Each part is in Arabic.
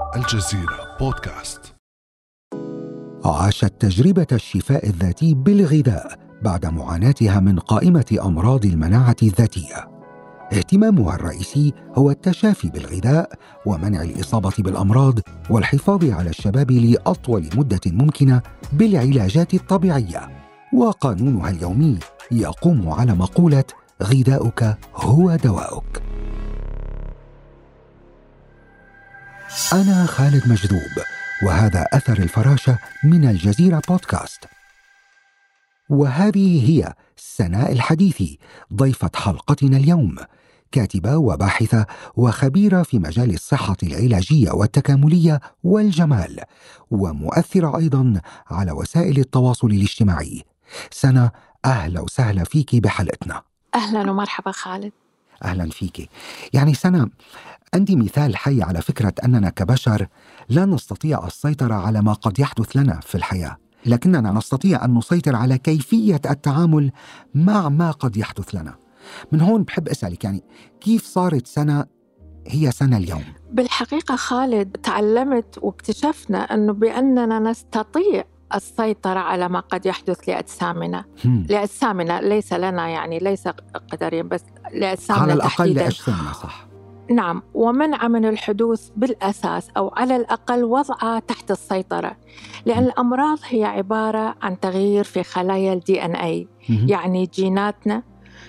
الجزيرة بودكاست. عاشت تجربة الشفاء الذاتي بالغذاء بعد معاناتها من قائمة أمراض المناعة الذاتية. اهتمامها الرئيسي هو التشافي بالغذاء ومنع الإصابة بالأمراض والحفاظ على الشباب لأطول مدة ممكنة بالعلاجات الطبيعية. وقانونها اليومي يقوم على مقولة غذاؤك هو دواؤك. أنا خالد مجذوب، وهذا أثر الفراشة من الجزيرة بودكاست. وهذه هي سناء الحديثي، ضيفة حلقتنا اليوم، كاتبة وباحثة وخبيرة في مجال الصحة العلاجية والتكاملية والجمال، ومؤثرة أيضاً على وسائل التواصل الاجتماعي. سناء، أهلا وسهلا فيكي بحلقتنا. أهلا ومرحبا خالد. أهلا فيكي. يعني سناء، عندي مثال حي على فكرة أننا كبشر لا نستطيع السيطرة على ما قد يحدث لنا في الحياة، لكننا نستطيع أن نسيطر على كيفية التعامل مع ما قد يحدث لنا. من هون بحب أسألك، يعني كيف صارت سنة هي سنة اليوم؟ بالحقيقة خالد، تعلمت واكتشفنا أنه بأننا نستطيع السيطرة على ما قد يحدث لأجسامنا، ليس لنا، يعني ليس قدريا، بس لأجسامنا على الأقل تحديداً. لأجسامنا، صح؟ نعم، ومنع من الحدوث بالأساس، أو على الأقل وضعها تحت السيطرة، لأن الأمراض هي عبارة عن تغيير في خلايا DNA، يعني جيناتنا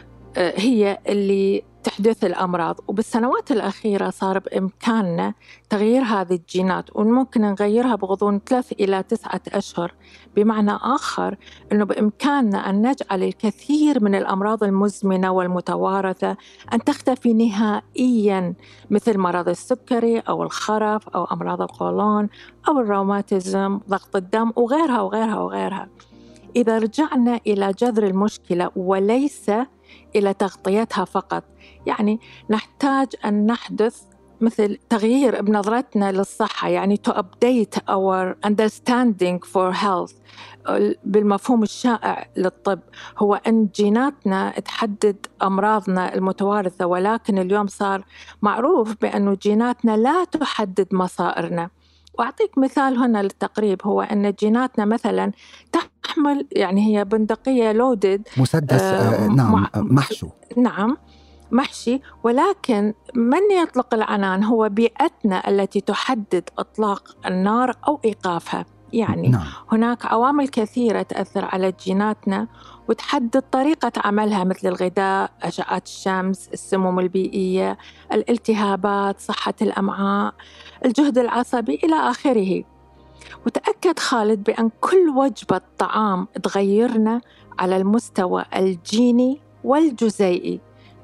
هي اللي تحدث الأمراض. وبالسنوات الأخيرة صار بإمكاننا تغيير هذه الجينات، وممكن نغيرها بغضون 3 إلى 9 أشهر. بمعنى آخر أنه بإمكاننا أن نجعل الكثير من الأمراض المزمنة والمتوارثة أن تختفي نهائياً، مثل مرض السكري أو الخرف أو أمراض القولون أو الروماتيزم، ضغط الدم وغيرها وغيرها وغيرها، إذا رجعنا إلى جذر المشكلة وليس إلى تغطيتها فقط. يعني نحتاج أن نحدث مثل تغيير بنظرتنا للصحة، يعني to update our understanding for health. بالمفهوم الشائع للطب هو أن جيناتنا تحدد أمراضنا المتوارثة، ولكن اليوم صار معروف بأن جيناتنا لا تحدد مصائرنا. وأعطيك مثال هنا للتقريب، هو أن جيناتنا مثلا تحمل، يعني هي بندقية لودد، مسدس نعم، محشو. نعم، محشي، ولكن من يطلق العنان هو بيئتنا التي تحدد إطلاق النار أو إيقافها. يعني نعم. هناك عوامل كثيرة تأثر على جيناتنا وتحدد طريقة عملها، مثل الغذاء، أشعة الشمس، السموم البيئية، الالتهابات، صحة الأمعاء، الجهد العصبي إلى آخره. وتأكد خالد بأن كل وجبة طعام تغيرنا على المستوى الجيني والجزيئي.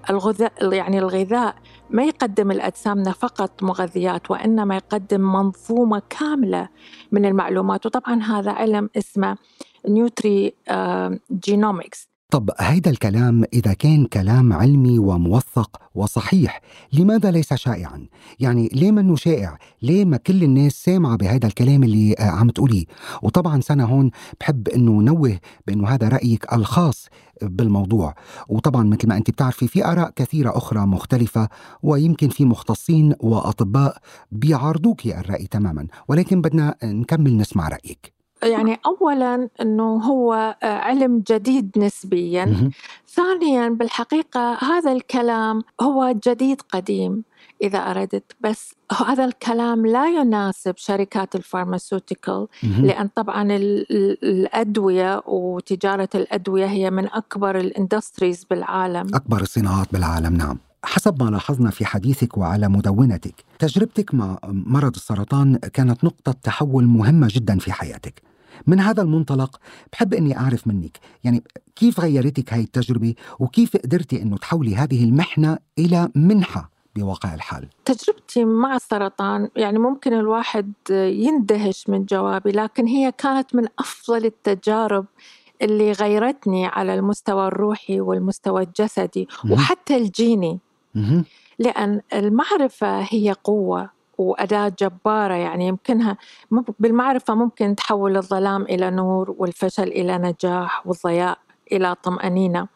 الغذاء ما يقدم لأجسامنا فقط مغذيات، وإنما يقدم منظومة كاملة من المعلومات. وطبعا هذا علم اسمه نيوتري جينوميكس. طب هيدا الكلام إذا كان كلام علمي وموثق وصحيح، لماذا ليس شائعا؟ يعني ليه منه شائع؟ ليه ما كل الناس سامعة بهذا الكلام اللي عم تقوليه؟ وطبعا سنة هون بحب أنه نوه بأنه هذا رأيك الخاص بالموضوع، وطبعا مثل ما أنت بتعرفي في آراء كثيرة أخرى مختلفة، ويمكن في مختصين وأطباء بيعارضوك الرأي تماما، ولكن بدنا نكمل نسمع رأيك. يعني أولاً أنه هو علم جديد نسبياً. ثانياً بالحقيقة هذا الكلام هو جديد قديم إذا أردت، بس هذا الكلام لا يناسب شركات الفارماسيوتيكال، لأن طبعاً الأدوية وتجارة الأدوية هي من أكبر الاندستريز بالعالم، أكبر الصناعات بالعالم. نعم. حسب ما لاحظنا في حديثك وعلى مدونتك، تجربتك مع مرض السرطان كانت نقطة تحول مهمة جدا في حياتك. من هذا المنطلق بحب أني أعرف منك، يعني كيف غيرتك هاي التجربة، وكيف قدرتي أنه تحولي هذه المحنة إلى منحة بواقع الحال؟ تجربتي مع السرطان يعني ممكن الواحد يندهش من جوابي، لكن هي كانت من أفضل التجارب اللي غيرتني على المستوى الروحي والمستوى الجسدي وحتى الجيني. لأن المعرفة هي قوة وأداة جبارة، يعني يمكنها بالمعرفة ممكن تحول الظلام إلى نور والفشل إلى نجاح والضياء إلى طمأنينة،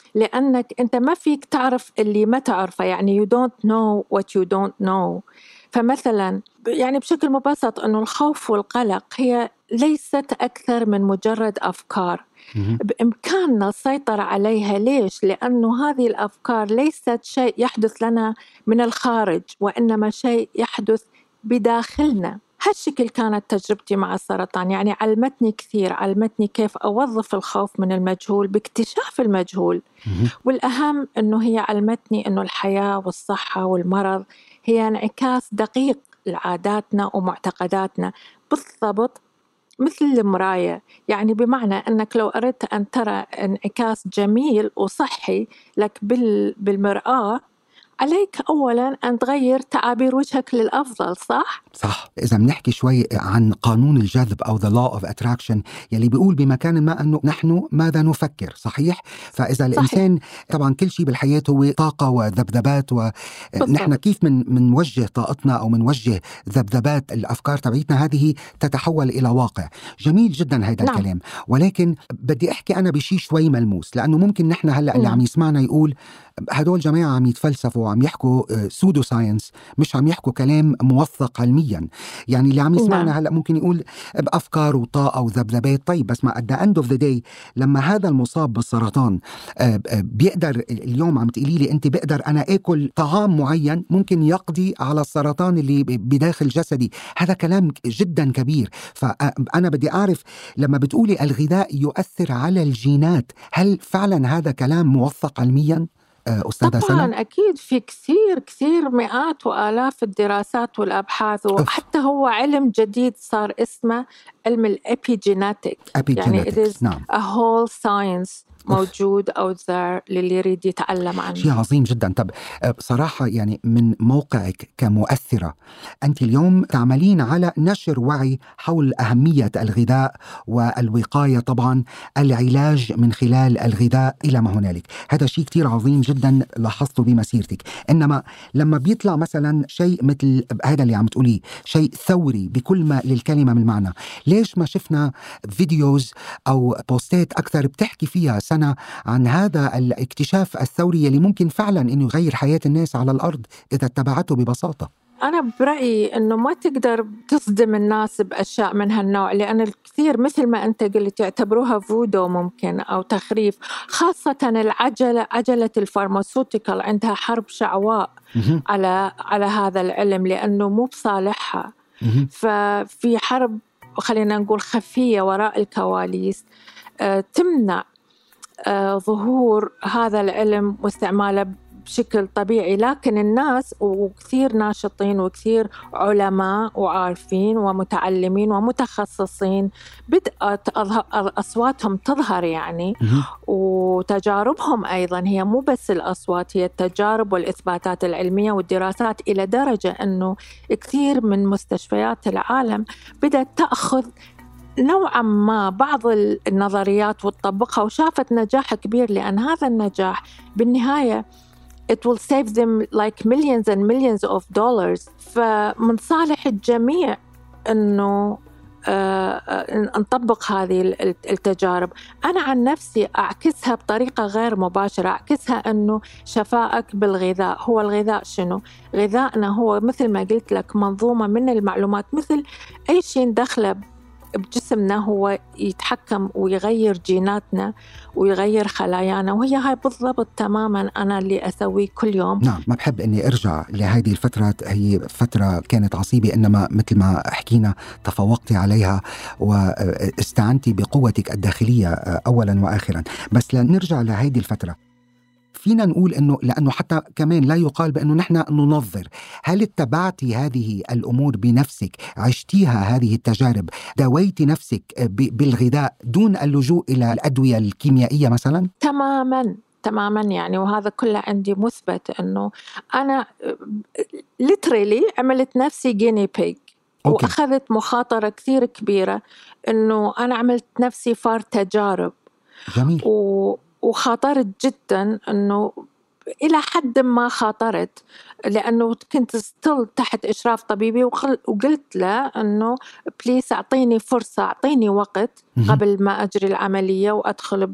لأنك أنت ما فيك تعرف اللي ما تعرفه، يعني you don't know what you don't know. فمثلا يعني بشكل مبسط أنه الخوف والقلق هي ليست أكثر من مجرد أفكار بإمكاننا السيطرة عليها. ليش؟ لأنه هذه الأفكار ليست شيء يحدث لنا من الخارج، وإنما شيء يحدث بداخلنا. هالشكل كانت تجربتي مع السرطان، يعني علمتني كثير، علمتني كيف أوظف الخوف من المجهول باكتشاف المجهول. والأهم أنه هي علمتني أنه الحياة والصحة والمرض هي انعكاس دقيق لعاداتنا ومعتقداتنا بالضبط مثل المراية. يعني بمعنى أنك لو أردت أن ترى انعكاس جميل وصحي لك بالمرآة، عليك أولاً أن تغير تعابير وجهك للأفضل. صح؟ إذا بنحكي شوي عن قانون الجذب أو the law of attraction يلي بيقول بمكان ما أنه نحن ماذا نفكر. صحيح؟ فإذا الإنسان طبعاً كل شيء بالحياة هو طاقة وذبذبات، ونحن كيف منوجه طاقتنا أو منوجه ذبذبات الأفكار تبعيتنا هذه تتحول إلى واقع. جميل جداً هذا الكلام، ولكن بدي أحكي أنا بشي شوي ملموس، لأنه ممكن نحن هلأ اللي عم يسمعنا يقول هدول جماعة عم يتفلسفوا وعم يحكوا سودو ساينس، مش عم يحكوا كلام موثق علميا. يعني اللي عم يسمعنا هلأ ممكن يقول بأفكار وطاقة وذبذبات. طيب بس ما at the end of the day لما هذا المصاب بالسرطان بيقدر اليوم عم تقولي لي أنت بقدر أنا أكل طعام معين ممكن يقضي على السرطان اللي بداخل جسدي، هذا كلام جدا كبير. فأنا بدي أعرف لما بتقولي الغذاء يؤثر على الجينات، هل فعلا هذا كلام موثق علميا أستاذة طبعاً سنة؟ أكيد في كثير مئات وآلاف الدراسات والأبحاث، وحتى هو علم جديد صار اسمه علم الإبيجيناتيك. يعني it is a whole science موجود out there للي يريد يتعلم عنه. شيء عظيم جدا. طب بصراحة يعني من موقعك كمؤثرة، أنت اليوم تعملين على نشر وعي حول أهمية الغذاء والوقاية، طبعا العلاج من خلال الغذاء إلى ما هنالك. هذا شيء كتير عظيم جدا لاحظته بمسيرتك. إنما لما بيطلع مثلا شيء مثل هذا اللي عم تقوليه، شيء ثوري بكل ما للكلمة من معنى، ليش ما شفنا فيديوز أو بوستات أكثر بتحكي فيها عن هذا الاكتشاف الثوري اللي ممكن فعلا إنه يغير حياة الناس على الأرض إذا اتبعته ببساطة؟ أنا برأيي إنه ما تقدر تصدم الناس بأشياء من هالنوع، لأن الكثير مثل ما أنت قلت يعتبروها فودو ممكن أو تخريف. خاصة عجلة الفارماسيوتيكال عندها حرب شعواء على هذا العلم، لأنه مو بصالحها. ففي حرب خلينا نقول خفية وراء الكواليس تمنع ظهور هذا العلم واستعماله بشكل طبيعي. لكن الناس وكثير ناشطين وكثير علماء وعارفين ومتعلمين ومتخصصين بدأت أصواتهم تظهر يعني، وتجاربهم أيضا هي مو بس الأصوات، هي التجارب والإثباتات العلمية والدراسات، إلى درجة أنه كثير من مستشفيات العالم بدأت تأخذ نوعا ما بعض النظريات وتطبقها، وشافت نجاح كبير. لأن هذا النجاح بالنهاية it will save them like millions and millions of dollars. فمن صالح الجميع أنه نطبق هذه التجارب. أنا عن نفسي أعكسها بطريقة غير مباشرة، أعكسها أنه شفائك بالغذاء. هو الغذاء شنو؟ غذائنا هو مثل ما قلت لك منظومة من المعلومات، مثل أي شيء ندخله بجسمنا هو يتحكم ويغير جيناتنا ويغير خلايانا، وهي هاي بالضبط تماما أنا اللي أسويه كل يوم. نعم، ما بحب أني أرجع لهذه الفترة، هي فترة كانت عصيبة، إنما مثل ما حكينا تفوقتي عليها واستعنتي بقوتك الداخلية أولا وآخرا. بس لنرجع لهذه الفترة، فينا نقول أنه لأنه حتى كمان لا يقال بأنه نحن ننظر، هل اتبعتي هذه الأمور بنفسك؟ عشتيها هذه التجارب؟ داويتي نفسك بالغذاء دون اللجوء إلى الأدوية الكيميائية مثلا؟ تماما يعني، وهذا كله عندي مثبت أنه أنا literally عملت نفسي guinea pig. وأخذت مخاطرة كثير كبيرة أنه أنا عملت نفسي فار تجارب. جميل. وخاطرت جدا أنه إلى حد ما خاطرت، لأنه كنت ستيل تحت إشراف طبيبي، وقلت له أنه بليس أعطيني فرصة، أعطيني وقت قبل ما أجري العملية وأدخل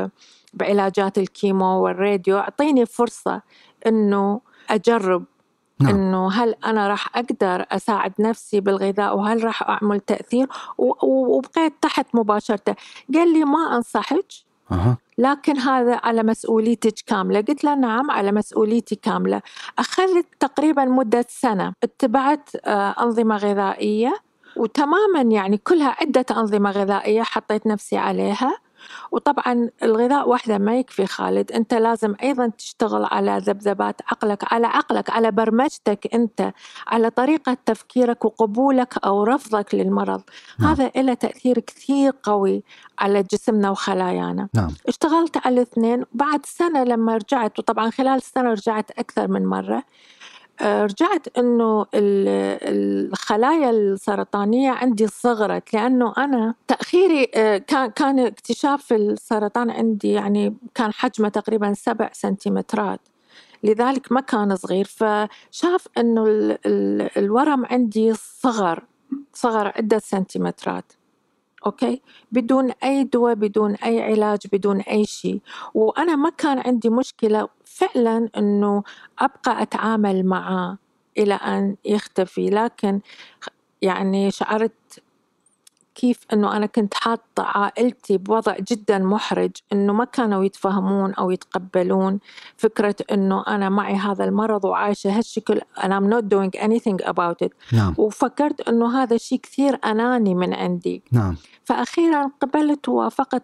بعلاجات الكيمو والراديو، أعطيني فرصة أنه أجرب نعم. إنه هل أنا راح أقدر أساعد نفسي بالغذاء وهل راح أعمل تأثير، وبقيت تحت مباشرة. قال لي ما أنصحك، لكن هذا على مسؤوليتك كاملة. قلت له نعم على مسؤوليتي كاملة. أخذت تقريبا مدة سنة، اتبعت أنظمة غذائية وتماما يعني كلها عدة أنظمة غذائية حطيت نفسي عليها. وطبعا الغذاء وحده ما يكفي خالد، أنت لازم أيضا تشتغل على ذبذبات عقلك، على برمجتك أنت، على طريقة تفكيرك وقبولك أو رفضك للمرض. نعم. هذا له تأثير كثير قوي على جسمنا وخلايانا. نعم. اشتغلت على الاثنين. بعد سنة لما رجعت، وطبعا خلال السنة رجعت أكثر من مرة، رجعت إنه الخلايا السرطانية عندي صغرت، لأنه أنا تأخيري كان اكتشاف السرطان عندي يعني كان حجمه تقريبا 7 سنتيمترات، لذلك ما كان صغير. فشاف إنه الورم عندي صغر عدة سنتيمترات، أوكي، بدون أي دواء، بدون أي علاج، بدون أي شيء. وأنا ما كان عندي مشكلة فعلا أنه أبقى أتعامل معه إلى أن يختفي، لكن يعني شعرت كيف أنه أنا كنت حاطة عائلتي بوضع جدا محرج، أنه ما كانوا يتفهمون أو يتقبلون فكرة أنه أنا معي هذا المرض وعايشة هالشكل and I'm not doing anything about it. نعم. وفكرت أنه هذا شيء كثير أناني من عندي. نعم. فأخيرا قبلت ووافقت،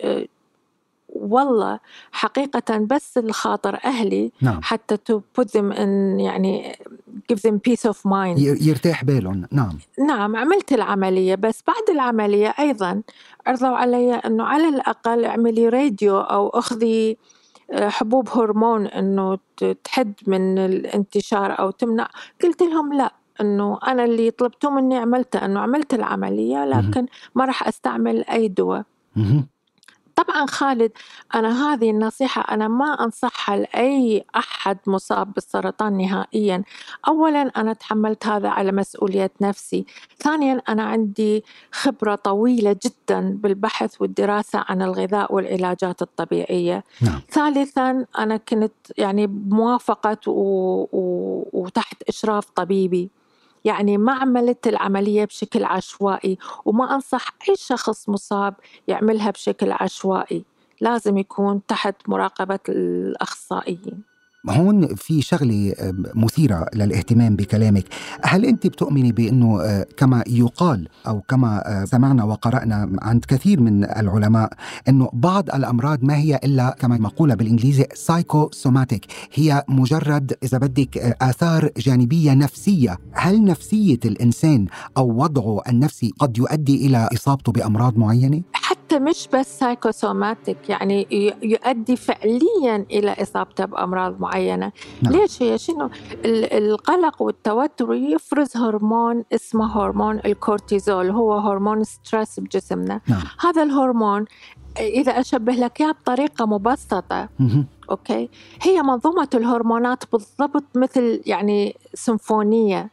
والله حقيقة بس الخاطر أهلي. نعم. حتى to put them in يعني give them peace of mind، يرتاح بالهم. نعم. نعم، عملت العملية. بس بعد العملية أيضا عرضوا علي أنه على الأقل اعملي راديو أو أخذي حبوب هرمون أنه تحد من الانتشار أو تمنع. قلت لهم لا، أنه أنا اللي طلبتوا مني عملته، أنه عملت العملية لكن ما راح أستعمل أي دواء. طبعا خالد، أنا هذه النصيحة أنا ما أنصحها لأي أحد مصاب بالسرطان نهائيا. أولا أنا تحملت هذا على مسؤولية نفسي. ثانيا أنا عندي خبرة طويلة جدا بالبحث والدراسة عن الغذاء والعلاجات الطبيعية. نعم. ثالثا أنا كنت يعني بموافقة وتحت إشراف طبيبي، يعني ما عملت العملية بشكل عشوائي، وما أنصح أي شخص مصاب يعملها بشكل عشوائي، لازم يكون تحت مراقبة الأخصائيين. هون في شغلة مثيرة للاهتمام بكلامك. هل أنت بتؤمني بأنه كما يقال أو كما سمعنا وقرأنا عند كثير من العلماء أنه بعض الأمراض ما هي إلا كما مقولة بالإنجليزي سايكوسوماتيك، هي مجرد إذا بدك آثار جانبية نفسية؟ هل نفسية الإنسان أو وضعه النفسي قد يؤدي إلى إصابته بأمراض معينة؟ حتى مش بس سايكوسوماتيك، يعني يؤدي فعليا إلى إصابته بأمراض معينة. نعم. ليش؟ هي شنو؟ القلق والتوتر يفرز هرمون اسمه هرمون الكورتيزول، هو هرمون ستريس بجسمنا. نعم. هذا الهرمون إذا أشبه لك إياه بطريقة مبسطة، أوكي، هي منظومة الهرمونات بالضبط مثل يعني سيمفونية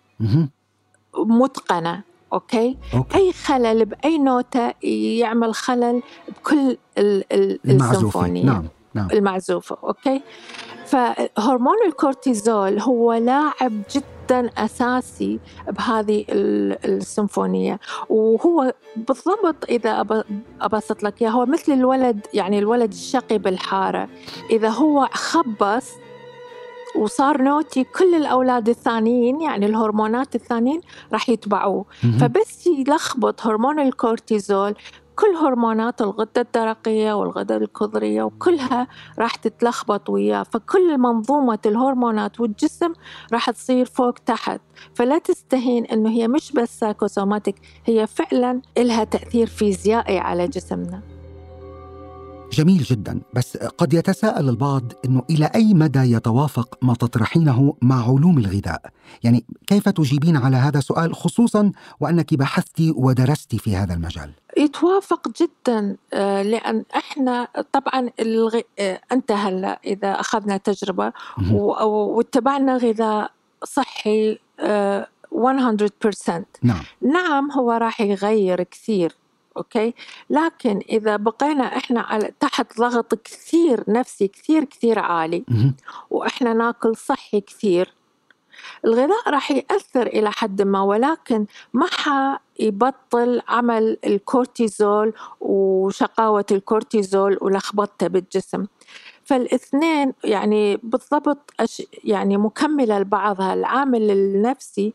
متقنة. أوكي. أي خلل بأي نوتة يعمل خلل بكل السيمفونية. نعم. نعم. المعزوفة. أوكي. فهرمون الكورتيزول هو لاعب جدا أساسي بهذه السيمفونية، وهو بالضبط إذا أبسط لك هو مثل الولد، يعني الولد الشقي بالحارة، إذا هو خبص وصار نوتي كل الأولاد الثانيين، يعني الهرمونات الثانيين راح يتبعوه. فبس يلخبط هرمون الكورتيزول كل هرمونات الغدة الدرقية والغدة الكظرية وكلها راح تتلخبط وياه، فكل منظومة الهرمونات والجسم راح تصير فوق تحت. فلا تستهين إنه هي مش بس سايكوسوماتيك، هي فعلا إلها تأثير فيزيائي على جسمنا. جميل جدا. بس قد يتساءل البعض إنه إلى أي مدى يتوافق ما تطرحينه مع علوم الغذاء؟ يعني كيف تجيبين على هذا السؤال، خصوصا وأنك بحثتي ودرستي في هذا المجال؟ يتوافق جدا، لأن إحنا طبعا أنت هلأ إذا أخذنا تجربة واتبعنا غذاء صحي 100%، نعم هو راح يغير كثير، أوكي، لكن إذا بقينا إحنا تحت ضغط كثير نفسي كثير عالي وإحنا ناكل صحي كثير، الغذاء راح يأثر إلى حد ما، ولكن ما يبطل عمل الكورتيزول وشقاوة الكورتيزول ولخبطته بالجسم. فالاثنين يعني بالضبط يعني مكملة لبعضها. العامل النفسي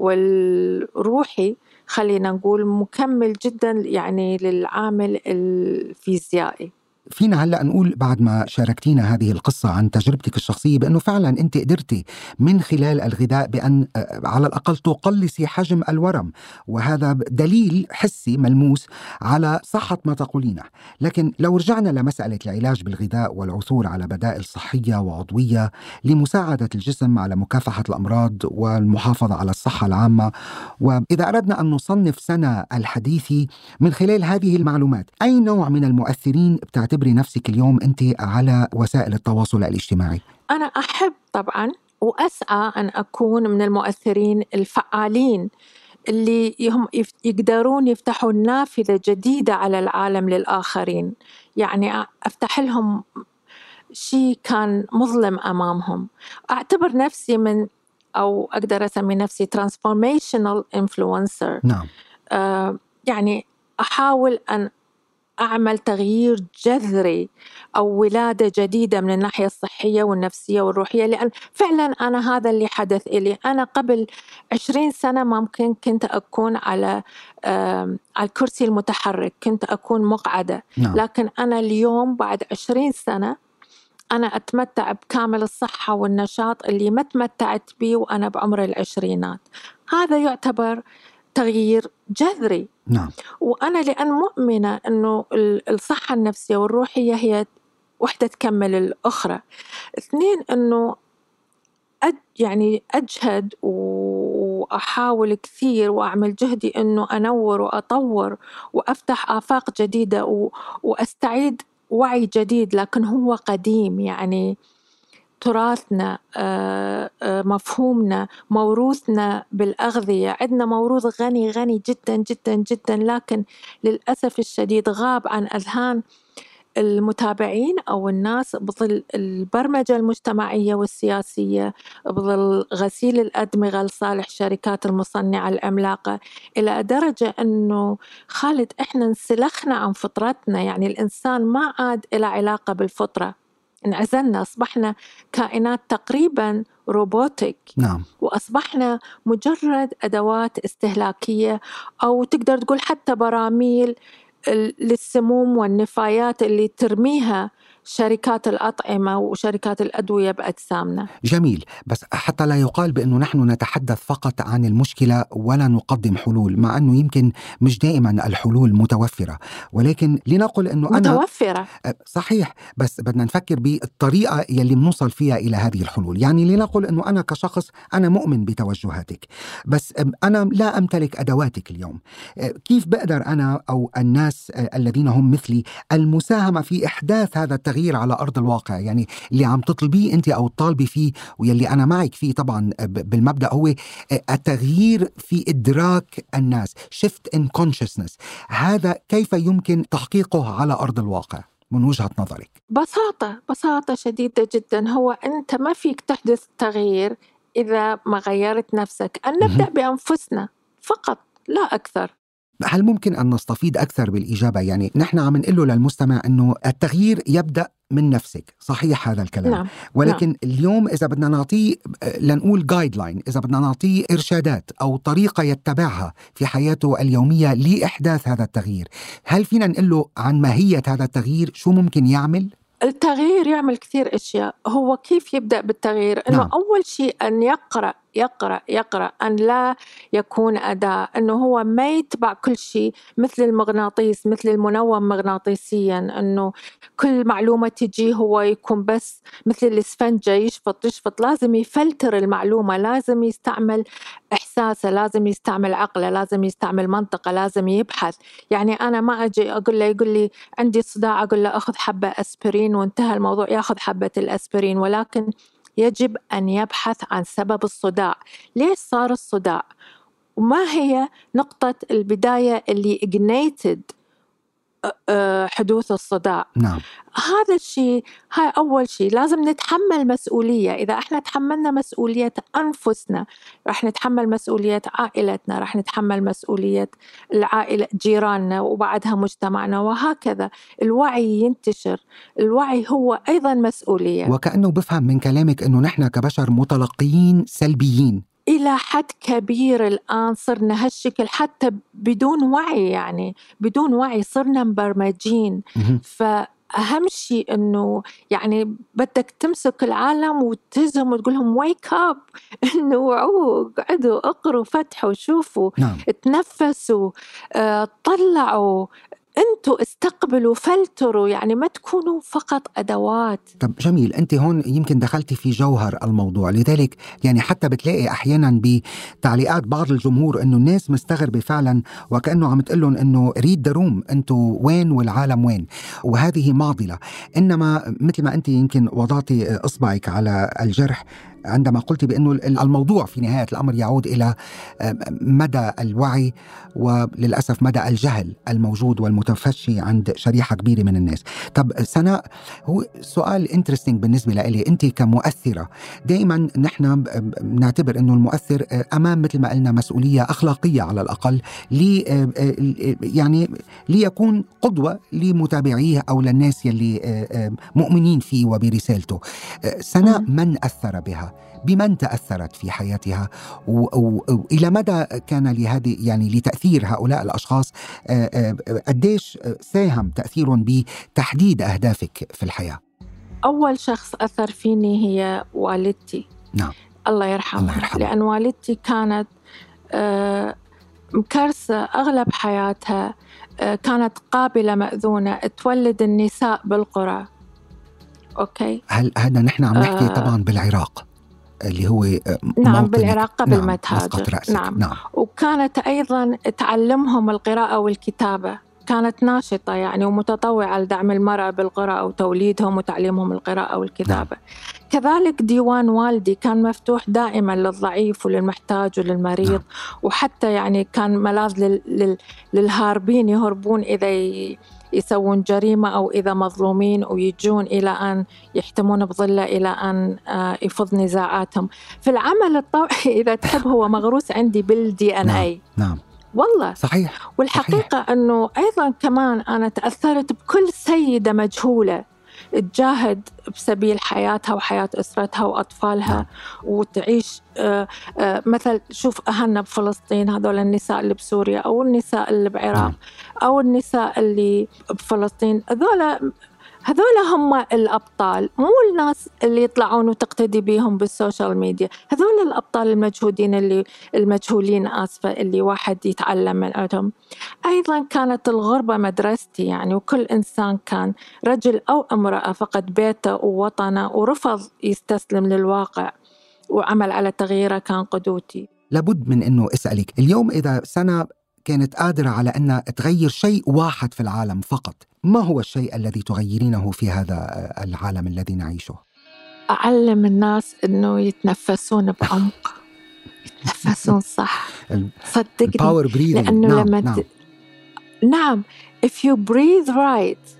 والروحي خلينا نقول مكمل جدا يعني للعامل الفيزيائي. فينا هلأ نقول بعد ما شاركتينا هذه القصة عن تجربتك الشخصية بأنه فعلا أنت قدرتي من خلال الغذاء بأن على الأقل تقلصي حجم الورم، وهذا دليل حسي ملموس على صحة ما تقولينه. لكن لو رجعنا لمسألة العلاج بالغذاء والعثور على بدائل صحية وعضوية لمساعدة الجسم على مكافحة الأمراض والمحافظة على الصحة العامة، وإذا أردنا أن نصنف سنة الحديث من خلال هذه المعلومات، أي نوع من المؤثرين بتعتبري نفسك اليوم أنت على وسائل التواصل الاجتماعي؟ أنا أحب طبعاً وأسعى أن أكون من المؤثرين الفعالين اللي هم يقدرون يفتحوا نافذة جديدة على العالم للآخرين. يعني أفتح لهم شيء كان مظلم أمامهم. أعتبر نفسي من، أو أقدر أسمي نفسي transformational influencer. نعم. يعني أحاول أن أعمل تغيير جذري أو ولادة جديدة من الناحية الصحية والنفسية والروحية، لأن فعلا أنا هذا اللي حدث إلي. أنا قبل 20 سنة ممكن كنت أكون على الكرسي المتحرك، كنت أكون مقعدة. نعم. لكن أنا اليوم بعد 20 سنة أنا أتمتع بكامل الصحة والنشاط اللي ما تمتعت به وأنا بعمر العشرينات. هذا يعتبر تغيير جذري. نعم. وأنا لأن مؤمنة أنه الصحة النفسية والروحية هي وحدة تكمل الأخرى. اثنين، أنه يعني أجهد وأحاول كثير وأعمل جهدي أنه أنور وأطور وأفتح آفاق جديدة وأستعيد وعي جديد، لكن هو قديم. يعني تراثنا، مفهومنا، موروثنا بالأغذية، عندنا موروث غني غني جدا جدا جدا، لكن للأسف الشديد غاب عن أذهان المتابعين أو الناس بظل البرمجة المجتمعية والسياسية، بظل غسيل الأدمغة لصالح الشركات المصنعة العملاقة، إلى درجة أنه خالد إحنا انسلخنا عن فطرتنا. يعني الإنسان ما عاد إلى علاقة بالفطرة، انعزلنا، أصبحنا كائنات تقريبا روبوتيك. نعم. وأصبحنا مجرد أدوات استهلاكية، أو تقدر تقول حتى براميل للسموم والنفايات اللي ترميها شركات الأطعمة وشركات الأدوية بأجسامنا. جميل، بس حتى لا يقال بأنه نحن نتحدث فقط عن المشكلة ولا نقدم حلول، مع أنه يمكن مش دائما الحلول متوفرة، ولكن لنقل أنه متوفرة. صحيح، بس بدنا نفكر بالطريقة يلي بنوصل فيها إلى هذه الحلول. يعني لنقل أنه أنا كشخص أنا مؤمن بتوجهاتك، بس أنا لا أمتلك أدواتك اليوم. كيف بقدر أنا أو الناس الذين هم مثلي المساهمة في إحداث هذا التغيير على أرض الواقع؟ يعني اللي عم تطلبيه أنت أو الطالبي فيه ويلي أنا معك فيه طبعا بالمبدأ هو التغيير في إدراك الناس، shift in consciousness. هذا كيف يمكن تحقيقه على أرض الواقع من وجهة نظرك؟ بساطة شديدة جدا. هو أنت ما فيك تحدث تغيير إذا ما غيرت نفسك. أن نبدأ بأنفسنا فقط لا أكثر. هل ممكن أن نستفيد أكثر بالإجابة؟ يعني نحن عم نقول له للمستمع أنه التغيير يبدأ من نفسك، صحيح هذا الكلام. نعم. ولكن نعم. اليوم إذا بدنا نعطيه لنقول جايدلاين، إذا بدنا نعطيه إرشادات أو طريقة يتبعها في حياته اليومية لإحداث هذا التغيير، هل فينا نقول له عن ماهية هذا التغيير؟ شو ممكن يعمل؟ التغيير يعمل كثير أشياء. هو كيف يبدأ بالتغيير؟ أنه نعم. أول شيء أن يقرأ، أن لا يكون أداة، أنه هو ما يتبع كل شيء مثل المغناطيس، مثل المنوم مغناطيسيا، أنه كل معلومة تجي هو يكون بس مثل الإسفنجة يشفط. لازم يفلتر المعلومة، لازم يستعمل إحساسه، لازم يستعمل عقله، لازم يستعمل منطقة، لازم يبحث. يعني أنا ما أجي أقول له، يقول لي عندي صداع، أقول له أخذ حبة أسبرين وانتهى الموضوع، يأخذ حبة الأسبرين. ولكن يجب أن يبحث عن سبب الصداع. ليش صار الصداع؟ وما هي نقطة البداية اللي ignited حدوث الصداع. نعم. هذا الشيء، هاي أول شيء لازم نتحمل مسؤولية. إذا إحنا تحملنا مسؤولية أنفسنا رح نتحمل مسؤولية عائلتنا، رح نتحمل مسؤولية العائلة جيراننا وبعدها مجتمعنا، وهكذا الوعي ينتشر. الوعي هو أيضا مسؤولية. وكأنه بفهم من كلامك أنه نحن كبشر متلقيين سلبيين إلى حد كبير. الآن صرنا هالشكل حتى بدون وعي، يعني بدون وعي صرنا مبرمجين. فأهم شيء أنه يعني بدك تمسك العالم وتهزهم وتقولهم wake up، أنه وعوا، قعدوا اقروا فتحوا شوفوا. نعم. تنفسوا، طلعوا، أنتوا استقبلوا، فلتروا، يعني ما تكونوا فقط أدوات. طب جميل، أنت هون يمكن دخلتي في جوهر الموضوع. لذلك يعني حتى بتلاقي أحيانا بتعليقات بعض الجمهور أنه الناس مستغربة فعلا، وكأنه عم تقلن أنه ريد دروم، أنتوا وين والعالم وين، وهذه معضلة. إنما مثل ما أنت يمكن وضعتي إصبعك على الجرح عندما قلت بأنه الموضوع في نهاية الأمر يعود إلى مدى الوعي وللأسف مدى الجهل الموجود والمتفشي عند شريحة كبيرة من الناس. طب سناء، هو سؤال انترستينج بالنسبة لي، أنت كمؤثرة دائما نحن نعتبر أنه المؤثر أمام مثل ما قلنا مسؤولية أخلاقية على الأقل يعني ليكون قدوة لمتابعيه أو للناس يلي مؤمنين فيه وبرسالته. سناء من أثر بها؟ بمن تأثرت في حياتها؟ وإلى مدى كان لهذه يعني لتأثير هؤلاء الأشخاص قديش ساهم تأثيرهم بتحديد أهدافك في الحياة؟ أول شخص أثر فيني هي والدتي. نعم. الله يرحمها. لأن والدتي كانت مكرسة أغلب حياتها، كانت قابلة مأذونة، تولد النساء بالقرى. أوكي. هل هذا نحن عم نحكي طبعا بالعراق اللي هو نعم بالعراق قبل ما تهاجر. نعم. وكانت أيضا تعلمهم القراءة والكتابة، كانت ناشطة يعني ومتطوعة لدعم المرأة بالقراءة وتوليدهم وتعليمهم القراءة والكتابة. كذلك ديوان والدي كان مفتوح دائما للضعيف وللمحتاج وللمريض. وحتى يعني كان ملاذ للهاربين، يهربون إذا يسوون جريمة أو إذا مظلومين، ويجون إلى أن يحتمون بظله إلى أن يفض نزاعاتهم. في العمل الطوعي إذا تحب هو مغروس عندي بالدي ان اي. نعم والله صحيح. والحقيقة أنه أيضا كمان أنا تأثرت بكل سيدة مجهولة تجاهد بسبيل حياتها وحياة أسرتها وأطفالها. وتعيش مثل شوف أهلنا بفلسطين، هذول النساء اللي بسوريا أو النساء اللي بعراق أو النساء اللي بفلسطين، هذول هم الأبطال، مو الناس اللي يطلعون وتقتدي بيهم بالسوشيال ميديا. هذول الأبطال المجهودين المجهولين اللي واحد يتعلم من عندهم. أيضا كانت الغربة مدرستي، يعني وكل إنسان كان رجل أو امرأة فقد بيته ووطنه ورفض يستسلم للواقع وعمل على تغييره كان قدوتي. لابد من أنه أسألك اليوم، إذا سنة كانت قادرة على أن تغير شيء واحد في العالم فقط، ما هو الشيء الذي تغيرينه في هذا العالم الذي نعيشه؟ أعلم الناس أنه يتنفسون بعمق، يتنفسون صح. صدقني، لأنه لما نعم if you breathe right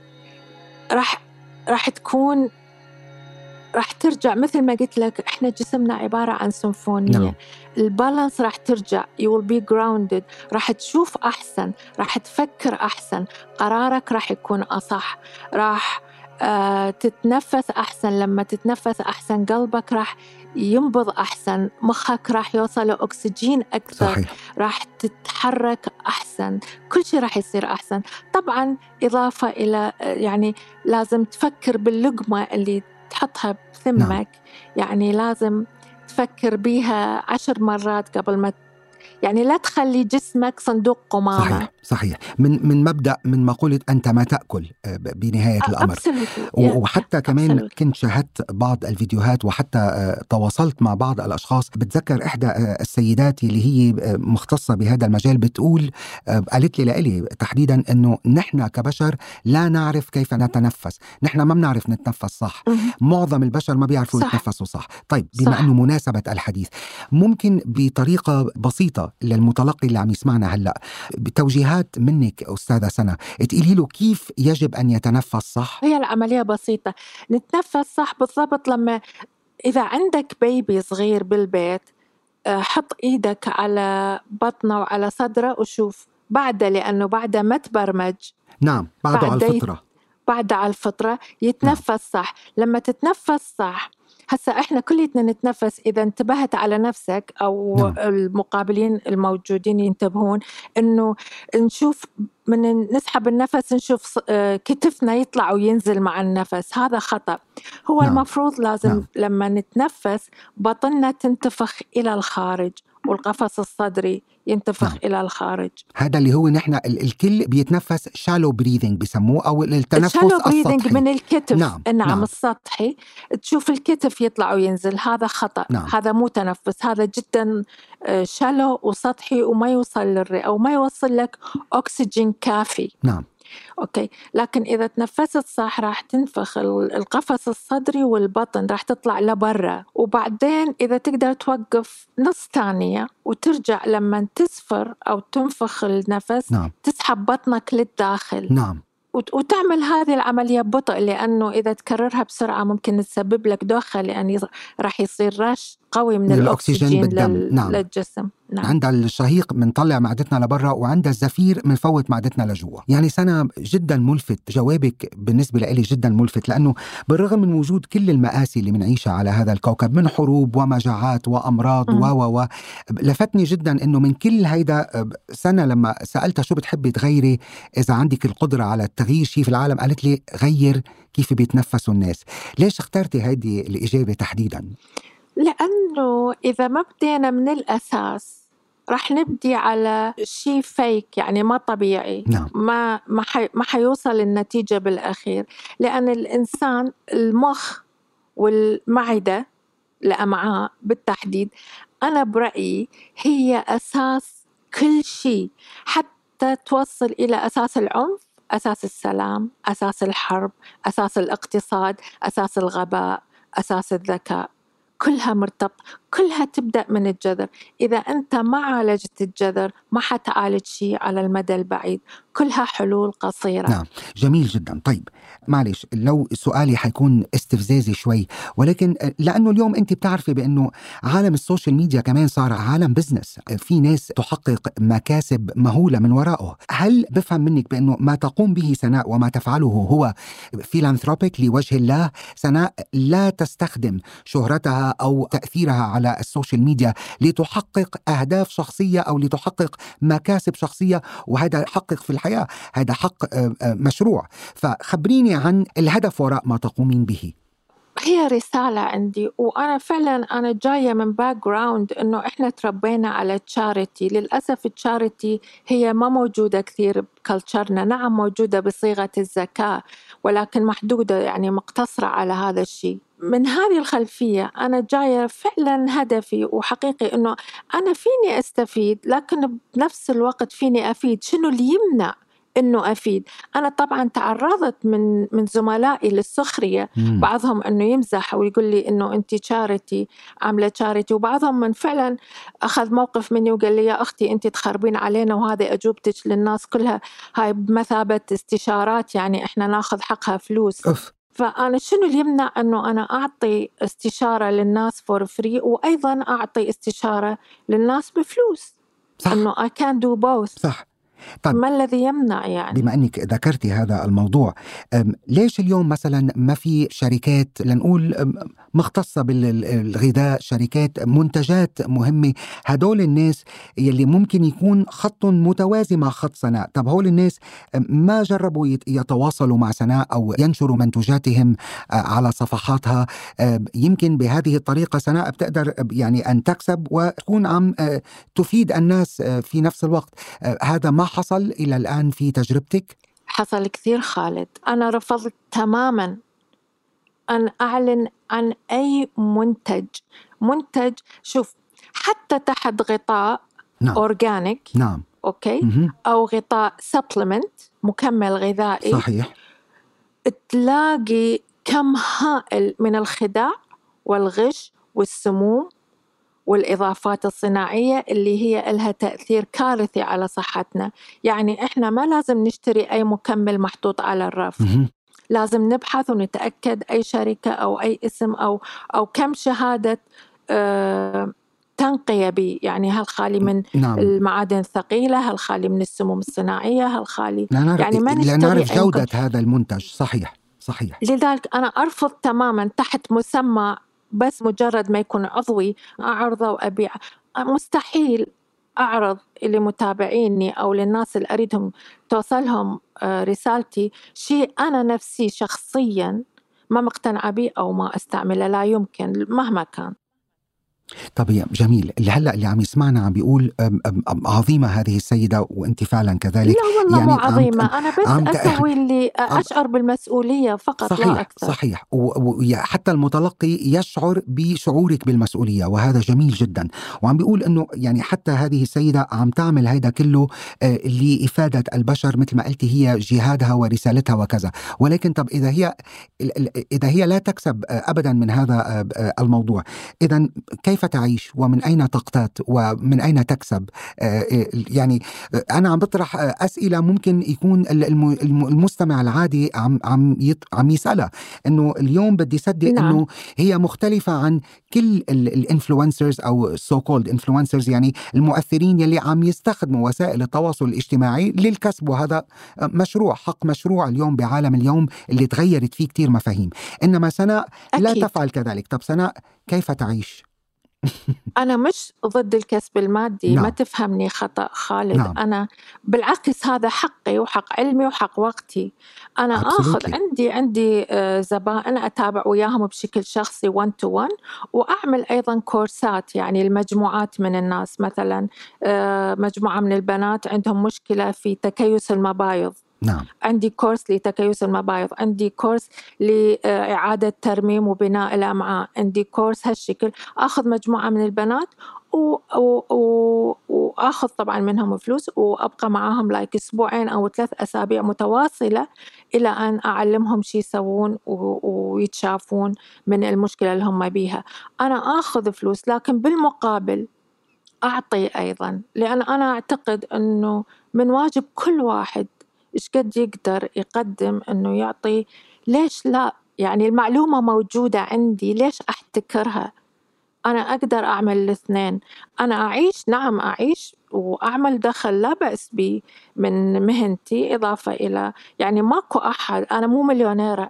راح ترجع. مثل ما قلت لك إحنا جسمنا عبارة عن سيمفونية. البالانس راح ترجع. you will be grounded. راح تشوف أحسن، راح تفكر أحسن، قرارك راح يكون أصح، راح تتنفس أحسن. لما تتنفس أحسن قلبك راح ينبض أحسن، مخك راح يوصل أكسجين أكثر. صحيح. راح تتحرك أحسن، كل شيء راح يصير أحسن. طبعا إضافة إلى يعني لازم تفكر باللقمة اللي تحطها بثمك. يعني لازم تفكر بيها 10 مرات قبل ما يعني لا تخلي جسمك صندوق قمامة. صحيح. من مبدأ من مقولة أنت ما تأكل بنهاية الأمر. وحتى كمان كنت شاهدت بعض الفيديوهات وحتى تواصلت مع بعض الأشخاص. بتذكر إحدى السيدات اللي هي مختصة بهذا المجال بتقول، قالت لي لإلي تحديدا أنه نحن كبشر لا نعرف كيف نتنفس، نحن ما بنعرف نتنفس صح. معظم البشر ما بيعرفوا يتنفسوا صح. طيب بما أنه مناسبة الحديث، ممكن بطريقة بسيطة بسيطة للمتلقي اللي عم يسمعنا هلأ، بتوجيهات منك أستاذة سنة، تقولي له كيف يجب أن يتنفس صح؟ هي العملية بسيطة، نتنفس صح بالضبط. لما إذا عندك بيبي صغير بالبيت، حط إيدك على بطنه وعلى صدره وشوف بعده، لأنه بعده ما تبرمج. نعم، بعده على الفطرة. بعده على الفطرة يتنفس نعم. صح. لما تتنفس صح، هسا إحنا كليتنا نتنفس، إذا انتبهت على نفسك أو نعم. المقابلين الموجودين ينتبهون إنه نشوف من نسحب النفس نشوف كتفنا يطلع وينزل مع النفس، هذا خطأ. هو نعم. المفروض لازم نعم. لما نتنفس بطننا تنتفخ إلى الخارج والقفص الصدري ينتفخ نعم. إلى الخارج. هذا اللي هو نحن الكل بيتنفس shallow breathing بسموه، أو التنفس السطحي. من الكتف. نعم. نعم. السطحي، تشوف الكتف يطلع وينزل، هذا خطأ. نعم. هذا مو تنفس، هذا جدا shallow وسطحي وما يوصل للرئة وما يوصل لك أكسجين كافي. نعم. أوكي. لكن إذا تنفست صح راح تنفخ القفص الصدري والبطن، راح تطلع لبرا، وبعدين إذا تقدر توقف نص ثانية وترجع لما تسفر أو تنفخ النفس نعم. تسحب بطنك للداخل. نعم. وتعمل هذه العملية ببطء، لأنه إذا تكررها بسرعة ممكن تسبب لك دوخة، لأن راح يصير رش قوي من الأكسجين بالدم. نعم. للجسم. نعم. عند الشهيق منطلع معدتنا لبرا، وعند الزفير منفوت معدتنا لجوا. يعني سنة جدا ملفت جوابك، بالنسبة لي جدا ملفت، لأنه بالرغم من وجود كل المآسي اللي منعيشها على هذا الكوكب من حروب ومجاعات وأمراض لفتني جدا أنه من كل هيدا سنة لما سألتها شو بتحبي تغيري إذا عندك القدرة على التغيير شيء في العالم، قالت لي غير كيف بيتنفسوا الناس. ليش اخترتي هذه الإجابة تحديدا؟ لأنه إذا ما بدينا من الأساس راح نبدي على شيء فيك، يعني ما طبيعي. نعم. ما حيوصل النتيجة بالأخير، لأن الإنسان المخ والمعدة، الأمعاء بالتحديد، أنا برأيي هي أساس كل شيء، حتى توصل إلى أساس العنف، أساس السلام، أساس الحرب، أساس الاقتصاد، أساس الغباء، أساس الذكاء، كلها مرتبطة، كلها تبدأ من الجذر. إذا أنت ما عالجت الجذر ما حتعالج شيء على المدى البعيد، كلها حلول قصيرة. نعم، جميل جدا. طيب معلش لو سؤالي حيكون استفزازي شوي، ولكن لأنه اليوم أنت بتعرفي بأنه عالم السوشيال ميديا كمان صار عالم بزنس، في ناس تحقق مكاسب مهولة من وراءه. هل بفهم منك بأنه ما تقوم به سناء وما تفعله هو فيلانثروبيك لوجه الله؟ سناء لا تستخدم شهرتها أو تأثيرها على السوشيال ميديا لتحقق أهداف شخصية أو لتحقق مكاسب شخصية، وهذا حقق في الحياة، هذا حق مشروع. فخبريني عن الهدف وراء ما تقومين به. هي رسالة عندي، وأنا فعلا أنا جاية من باك جراوند إنه إحنا تربينا على تشاريتي. للأسف التشاريتي هي ما موجودة كثير بكالتشرنا. نعم موجودة بصيغة الزكاة، ولكن محدودة، يعني مقتصرة على هذا الشيء. من هذه الخلفية أنا جاية فعلا هدفي وحقيقي إنه أنا فيني أستفيد، لكن بنفس الوقت فيني أفيد. شنو اللي يمنع إنه أفيد؟ أنا طبعاً تعرضت من زملائي للسخرية، بعضهم إنه يمزح ويقول لي إنه أنت تشاريتي، عاملة تشاريتي، وبعضهم من فعلاً أخذ موقف مني وقال لي يا أختي أنت تخربين علينا، وهذه أجوبتك للناس كلها هاي بمثابة استشارات، يعني إحنا ناخذ حقها فلوس. فأنا شنو اللي يمنع أنه أنا أعطي استشارة للناس فور فري، وأيضاً أعطي استشارة للناس بفلوس؟ صح. أنه I can do both. صح. طيب ما الذي يمنع يعني؟ بما أنك ذكرتي هذا الموضوع، ليش اليوم مثلا ما في شركات لنقول مختصة بالغذاء، شركات منتجات مهمة، هدول الناس يلي ممكن يكون خط متوازي مع خط سناء؟ طب هول الناس ما جربوا يتواصلوا مع سناء أو ينشروا منتجاتهم على صفحاتها؟ يمكن بهذه الطريقة سناء بتقدر يعني أن تكسب وتكون عم تفيد الناس في نفس الوقت. هذا ما حصل إلى الآن في تجربتك؟ حصل كثير خالد. أنا رفضت تماماً أن أعلن عن أي منتج شوف، حتى تحت غطاء نعم. أورجانيك، نعم. أوكي، أو غطاء سبلمنت، مكمل غذائي، صحيح، تلاقي كم هائل من الخداع والغش والسموم والإضافات الصناعية اللي هي لها تأثير كارثي على صحتنا. يعني إحنا ما لازم نشتري أي مكمل محطوط على الرف، لازم نبحث ونتأكد أي شركة أو أي اسم أو كم شهادة تنقية بي، يعني هل خالي من المعادن الثقيلة، هل خالي من السموم الصناعية، هل خالي، يعني ما نشتري لا نعرف جودة هذا المنتج. صحيح. لذلك أنا أرفض تماما تحت مسمى بس مجرد ما يكون عضوي أعرضه وأبيع. مستحيل أعرض لمتابعيني أو للناس اللي أريدهم توصلهم رسالتي شيء أنا نفسي شخصيا ما مقتنعة به أو ما أستعمله، لا يمكن مهما كان. طب جميل. اللي عم يسمعنا عم بيقول عظيمة هذه السيدة، وانت فعلا كذلك. لا والله يعني مو عظيمة، أنا بس أسوي اللي أشعر بالمسؤولية فقط. صحيح، لا أكثر. صحيح. وحتى المتلقي يشعر بشعورك بالمسؤولية، وهذا جميل جدا. وعم بيقول انه يعني حتى هذه السيدة عم تعمل هيدا كله لإفادة البشر، مثل ما قلتي هي جهادها ورسالتها وكذا. ولكن طب إذا هي لا تكسب أبدا من هذا الموضوع، إذن كيف تعيش ومن أين تقتات ومن أين تكسب؟ يعني أنا عم بطرح أسئلة ممكن يكون المستمع العادي عم يسألها، إنه اليوم بدي صدق إنه هي مختلفة عن كل الانفلونسرز أو سو كولد انفلونسرز، يعني المؤثرين يلي عم يستخدموا وسائل التواصل الاجتماعي للكسب، وهذا مشروع، حق مشروع اليوم بعالم اليوم اللي تغيرت فيه كتير مفاهيم. إنما سناء لا تفعل كذلك. طب سناء كيف تعيش؟ أنا مش ضد الكسب المادي. ما تفهمني خطأ خالد. أنا بالعكس هذا حقي وحق علمي وحق وقتي. أنا آخذ عندي زبائن أتابع وياهم بشكل شخصي 1 to 1، وأعمل أيضا كورسات يعني المجموعات من الناس. مثلا مجموعة من البنات عندهم مشكلة في تكيس المبايض، عندي كورس لتكيس المبايض، عندي كورس لإعادة ترميم وبناء الأمعاء، عندي كورس هالشكل. أخذ مجموعة من البنات وأخذ طبعا منهم فلوس، وأبقى معاهم أسبوعين أو 3 أسابيع متواصلة إلى أن أعلمهم شي يسوون ويتشافون من المشكلة اللي هم بيها. أنا أخذ فلوس، لكن بالمقابل أعطي أيضا، لأن أنا أعتقد أنه من واجب كل واحد إيش قد يقدر يقدم أنه يعطي. ليش لا؟ يعني المعلومة موجودة عندي، ليش أحتكرها؟ أنا أقدر أعمل الاثنين. أنا أعيش، نعم أعيش وأعمل دخل لا بأس بي من مهنتي، إضافة إلى يعني ماكو أحد، أنا مو مليونيرة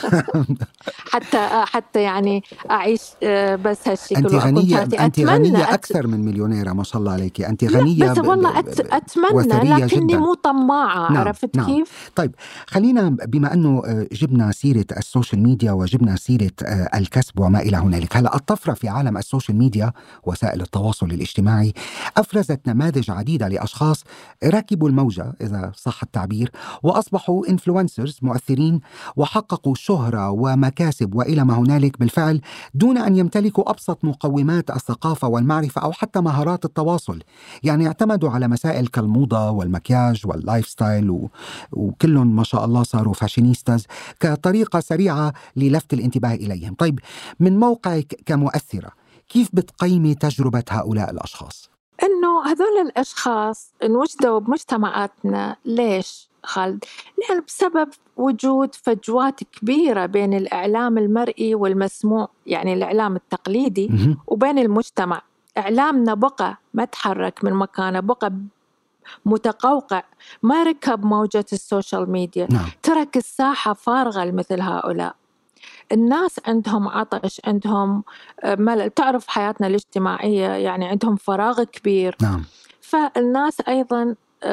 حتى يعني أعيش بس هالشكل. أنت غنية أكثر من مليونيرة، ما شاء الله عليك. أنت غنية بس والله أتمنى، لكني مو طماعة. عرفت كيف؟ طيب خلينا، بما أنه جبنا سيرة السوشيال ميديا وجبنا سيرة الكسب وما إلى هنالك، هلأ الطفرة في عالم السوشيال ميديا وسائل التواصل الاجتماعي أفرزت نماذج عديدة لأشخاص ركبوا الموجة إذا صح التعبير، وأصبحوا إنفلونسرز مؤثرين، وحققوا شهرة ومكاسب وإلى ما هنالك بالفعل دون أن يمتلكوا أبسط مقومات الثقافة والمعرفة أو حتى مهارات التواصل. يعني اعتمدوا على مسائل كالموضة والمكياج واللايف ستايل، وكلهم ما شاء الله صاروا فاشينيستاز كطريقة سريعة للفت الانتباه إليهم. طيب من موقعك كمؤثرة، كيف بتقيمي تجربة هؤلاء الأشخاص؟ إنه هذول الأشخاص انوجدوا بمجتمعاتنا. ليش خالد؟ لأن بسبب وجود فجوات كبيرة بين الإعلام المرئي والمسموع، يعني الإعلام التقليدي، وبين المجتمع. إعلامنا بقى ما تحرك من مكانه، بقى متقوقع، ما ركب موجة السوشيال ميديا. ترك الساحة فارغة لمثل هؤلاء. الناس عندهم عطش، عندهم ملل. تعرف حياتنا الاجتماعية يعني عندهم فراغ كبير. فالناس أيضا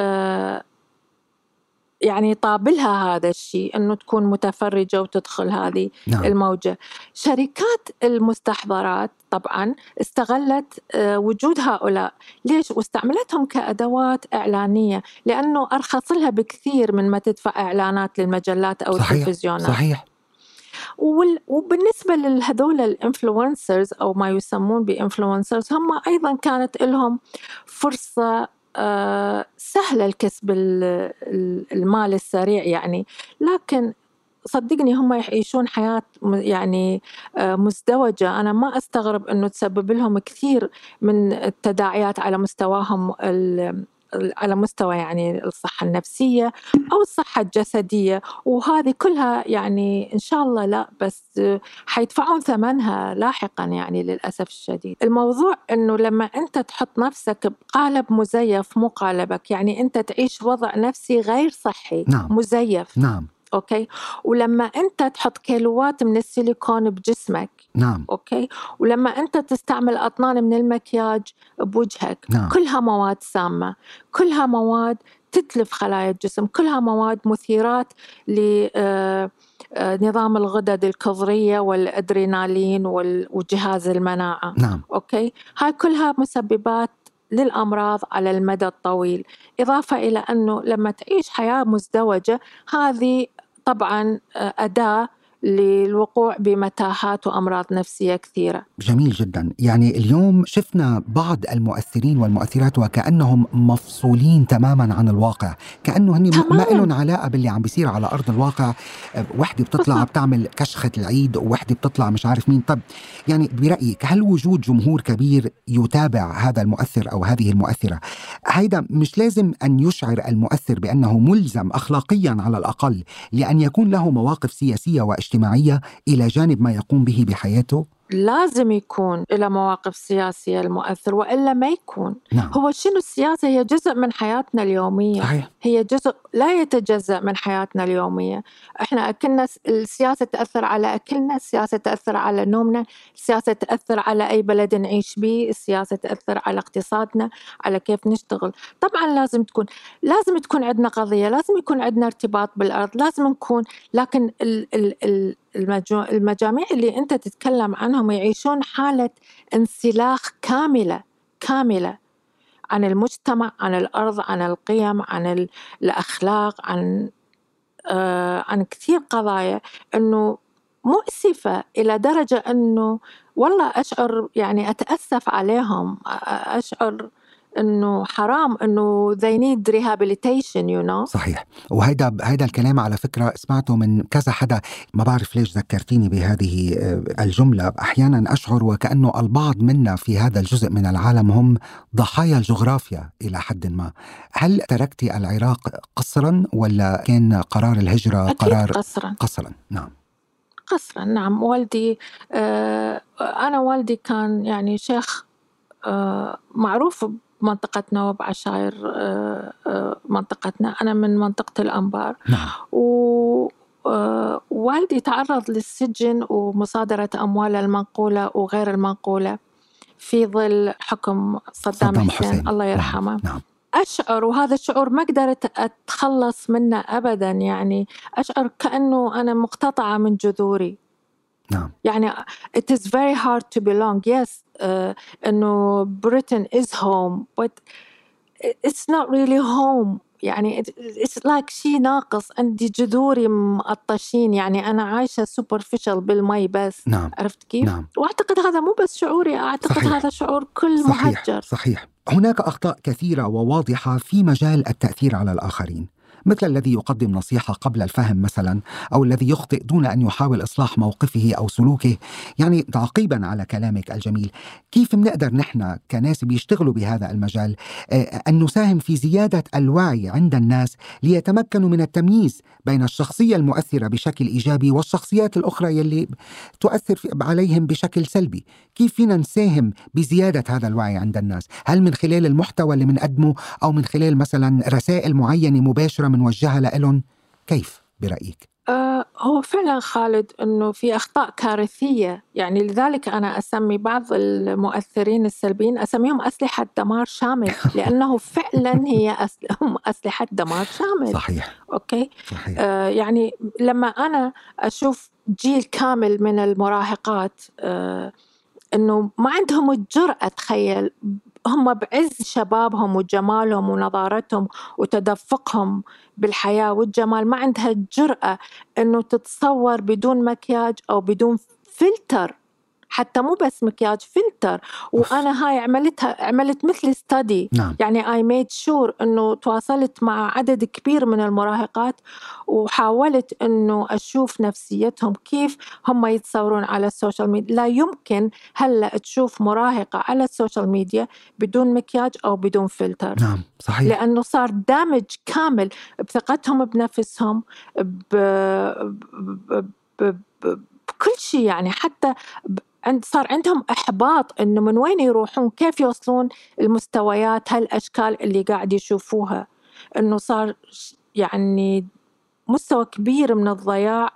يعني طابلها هذا الشيء، أنه تكون متفرجة وتدخل هذه الموجة. شركات المستحضرات طبعا استغلت وجود هؤلاء. ليش؟ واستعملتهم كأدوات إعلانية، لأنه أرخص لها بكثير من ما تدفع إعلانات للمجلات أو التلفزيونات. صحيح. وبالنسبة لهذول الانفلونسرز أو ما يسمون بانفلونسرز، هم أيضا كانت لهم فرصة سهلة الكسب المال السريع يعني. لكن صدقني هم يعيشون حياة يعني مزدوجة. أنا ما أستغرب أنه تسبب لهم كثير من التداعيات على مستواهم على مستوى يعني الصحة النفسية أو الصحة الجسدية، وهذه كلها يعني إن شاء الله لا، بس حيدفعون ثمنها لاحقا يعني للأسف الشديد. الموضوع أنه لما أنت تحط نفسك بقالب مزيف مو قالبك، يعني أنت تعيش وضع نفسي غير صحي. نعم. مزيف. نعم. أوكي. ولما أنت تحط كيلوات من السيليكون بجسمك. نعم. أوكي. ولما أنت تستعمل أطنان من المكياج بوجهك. نعم. كلها مواد سامة، كلها مواد تتلف خلايا الجسم، كلها مواد مثيرات لنظام الغدد الكظرية والأدرينالين وجهاز المناعة. نعم. أوكي. هاي كلها مسببات للأمراض على المدى الطويل، إضافة إلى أنه لما تعيش حياة مزدوجة هذه طبعاً أداة للوقوع بمتاهات وأمراض نفسية كثيرة. جميل جدا. يعني اليوم شفنا بعض المؤثرين والمؤثرات وكأنهم مفصولين تماما عن الواقع، كأنه هني ما لهم علاقة باللي عم بيصير على أرض الواقع. وحدة بتطلع بتعمل كشخة العيد، ووحدة بتطلع مش عارف مين. طب يعني برأيك هل وجود جمهور كبير يتابع هذا المؤثر أو هذه المؤثرة، هيدا مش لازم أن يشعر المؤثر بأنه ملزم أخلاقيا على الأقل لأن يكون له مواقف سياسية واجتماعية إلى جانب ما يقوم به بحياته؟ لازم يكون إلى مواقف سياسية المؤثر، وإلا ما يكون. نعم. هو شنو السياسة؟ هي جزء من حياتنا اليومية. صحيح. هي جزء لا يتجزأ من حياتنا اليومية. إحنا أكلنا، السياسة تأثر على أكلنا، السياسة تأثر على نومنا، السياسة تأثر على أي بلد نعيش به، السياسة تأثر على اقتصادنا، على كيف نشتغل. طبعا لازم تكون عندنا قضية، لازم يكون عندنا ارتباط بالأرض، لازم نكون. لكن المجاميع اللي أنت تتكلم عنهم يعيشون حالة انسلاخ كاملة عن المجتمع، عن الأرض، عن القيم، عن الأخلاق، عن كثير قضايا، أنه مؤسفة إلى درجة أنه والله أشعر يعني أتأسف عليهم، أشعر إنه حرام، إنه they need rehabilitation you know. صحيح. وهيدا الكلام على فكرة سمعته من كذا حدا. ما بعرف ليش ذكرتيني بهذه الجملة. أحيانا أشعر وكأنه البعض منا في هذا الجزء من العالم هم ضحايا الجغرافيا إلى حد ما. هل تركتي العراق قسرا ولا كان قرار الهجرة قرار قسرا؟ نعم. قسرا نعم. والدي أنا والدي كان يعني شيخ معروف بمنطقتنا وبعشائر منطقتنا. أنا من منطقة الأنبار. نعم. ووالدي تعرض للسجن ومصادرة أموال المنقولة وغير المنقولة في ظل حكم صدام حسين الله يرحمه. نعم. أشعر، وهذا الشعور ما قدرت أتخلص منه أبدا، يعني أشعر كأنه أنا مقتطعة من جذوري. نعم. يعني it is very hard to belong. yes إنه Britain is home but it's not really home. يعني it's like شيء ناقص. عندي جذوري مقطشين، يعني أنا عايشة superficial بالمي بس. نعم. عرفت كيف؟ نعم. وأعتقد هذا مو بس شعوري، أعتقد صحيح. هذا شعور كل مهجر. صحيح. هناك أخطاء كثيرة وواضحة في مجال التأثير على الآخرين، مثل الذي يقدم نصيحة قبل الفهم مثلا، أو الذي يخطئ دون أن يحاول إصلاح موقفه أو سلوكه. يعني تعقيبا على كلامك الجميل، كيف منقدر نحن كناس بيشتغلوا بهذا المجال أن نساهم في زيادة الوعي عند الناس ليتمكنوا من التمييز بين الشخصية المؤثرة بشكل إيجابي والشخصيات الأخرى يلي تؤثر عليهم بشكل سلبي؟ كيف فينا نساهم بزيادة هذا الوعي عند الناس؟ هل من خلال المحتوى اللي منقدمه، أو من خلال مثلا رسائل معينة مباشرة منوجهها لهم؟ كيف برأيك؟ هو فعلا خالد أنه في أخطاء كارثية، يعني لذلك أنا أسمي بعض المؤثرين السلبيين أسميهم أسلحة دمار شامل، لأنه فعلا هي أسلحة دمار شامل. صحيح. أوكي. صحيح. يعني لما أنا أشوف جيل كامل من المراهقات أنه ما عندهم الجرأة، تخيل هم بعز شبابهم وجمالهم ونضارتهم وتدفقهم بالحياة والجمال، ما عندها الجرأة أنه تتصور بدون مكياج أو بدون فلتر حتى مو بس مكياج، فلتر. وأنا هاي عملت مثل ستادي. نعم. يعني I made sure أنه تواصلت مع عدد كبير من المراهقات وحاولت أنه أشوف نفسيتهم كيف هم يتصورون على السوشيال ميديا. لا يمكن هلأ تشوف مراهقة على السوشيال ميديا بدون مكياج أو بدون فلتر. نعم صحيح. لأنه صار دامج كامل بثقتهم بنفسهم، بكل شيء. يعني حتى صار عندهم إحباط إنه من وين يروحون، كيف يوصلون المستويات هالأشكال اللي قاعد يشوفوها. إنه صار يعني مستوى كبير من الضياع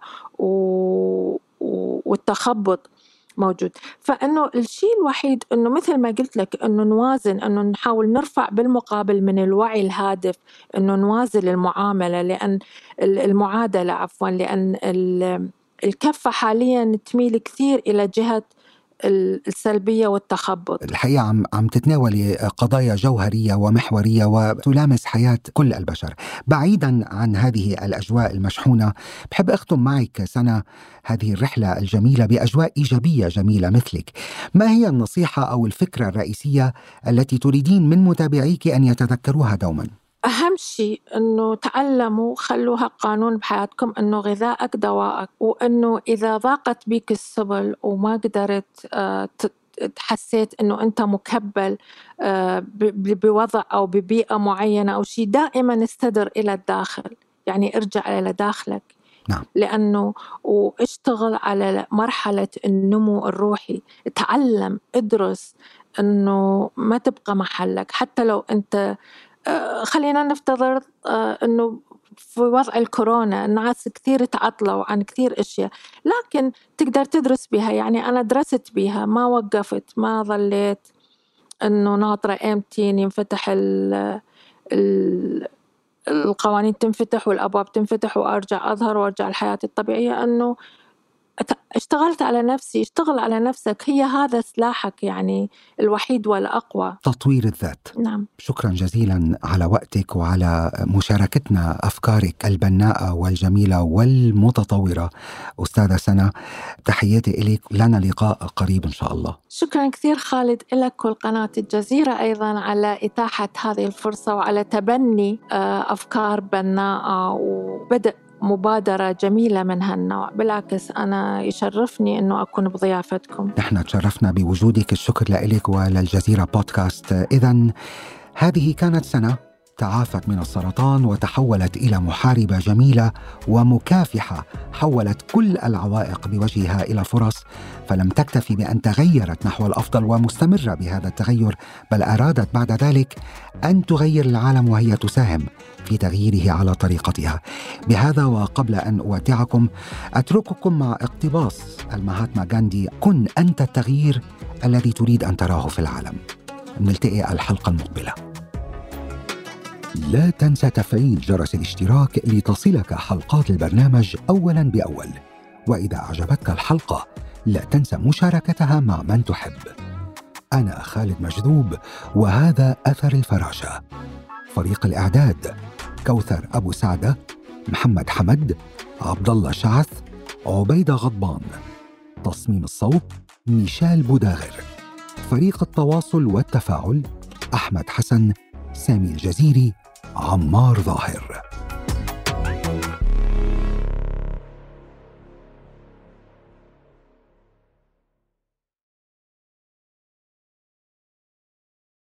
والتخبط موجود. فإنه الشيء الوحيد إنه مثل ما قلت لك إنه نوازن، إنه نحاول نرفع بالمقابل من الوعي الهادف، إنه نوازن المعاملة، لأن المعادلة عفوا، لأن الكفة حاليا تميل كثير إلى جهة السلبية والتخبط. الحقيقة عم تتناولي قضايا جوهرية ومحورية وتلامس حياة كل البشر. بعيدا عن هذه الأجواء المشحونة، بحب أختم معك سنة هذه الرحلة الجميلة بأجواء إيجابية جميلة مثلك. ما هي النصيحة أو الفكرة الرئيسية التي تريدين من متابعيك أن يتذكروها دوما؟ أهم شيء أنه تعلموا، خلوها قانون بحياتكم، أنه غذائك دوائك، وأنه إذا ضاقت بك السبل وما قدرت حسيت أنه أنت مكبل بوضع أو ببيئة معينة أو شيء، دائما استدر إلى الداخل. يعني ارجع إلى داخلك. نعم. لأنه واشتغل على مرحلة النمو الروحي. تعلم، ادرس، أنه ما تبقى محلك. حتى لو أنت خلينا نفترض أنه في وضع الكورونا الناس كثير تعطلوا عن كثير أشياء، لكن تقدر تدرس بها. يعني أنا درست بها، ما وقفت، ما ظليت أنه ناطرة أمتين ينفتح القوانين تنفتح والأبواب تنفتح وأرجع أظهر وأرجع الحياة الطبيعية. أنه اشتغلت على نفسي. اشتغل على نفسك، هي هذا سلاحك يعني الوحيد والأقوى، تطوير الذات. نعم. شكرا جزيلا على وقتك وعلى مشاركتنا أفكارك البناءة والجميلة والمتطورة أستاذة سنة. تحياتي إليك، لنا لقاء قريب إن شاء الله. شكرا كثير خالد لك والقناة الجزيرة أيضا على إتاحة هذه الفرصة وعلى تبني أفكار بناءة وبدء مبادرة جميلة من هالنوع. بالعكس أنا يشرفني أنه أكون بضيافتكم. نحن تشرفنا بوجودك. الشكر لك وللجزيرة بودكاست. إذن هذه كانت سنة تعافت من السرطان وتحولت إلى محاربة جميلة ومكافحة، حولت كل العوائق بوجهها إلى فرص، فلم تكتفي بأن تغيرت نحو الأفضل ومستمرة بهذا التغير، بل أرادت بعد ذلك أن تغير العالم وهي تساهم في تغييره على طريقتها. بهذا وقبل أن أودعكم أترككم مع اقتباس المهاتما غاندي: كن أنت التغيير الذي تريد أن تراه في العالم. نلتقي الحلقة المقبلة. لا تنسى تفعيل جرس الاشتراك لتصلك حلقات البرنامج أولاً بأول. وإذا أعجبتك الحلقة لا تنسى مشاركتها مع من تحب. أنا خالد مجذوب وهذا أثر الفراشة. فريق الإعداد: كوثر أبو سعدة، محمد حمد، عبد الله شعث، عبيدة غضبان. تصميم الصوت ميشال بوداغر. فريق التواصل والتفاعل: أحمد حسن، سامي الجزيري، عمار ظاهر.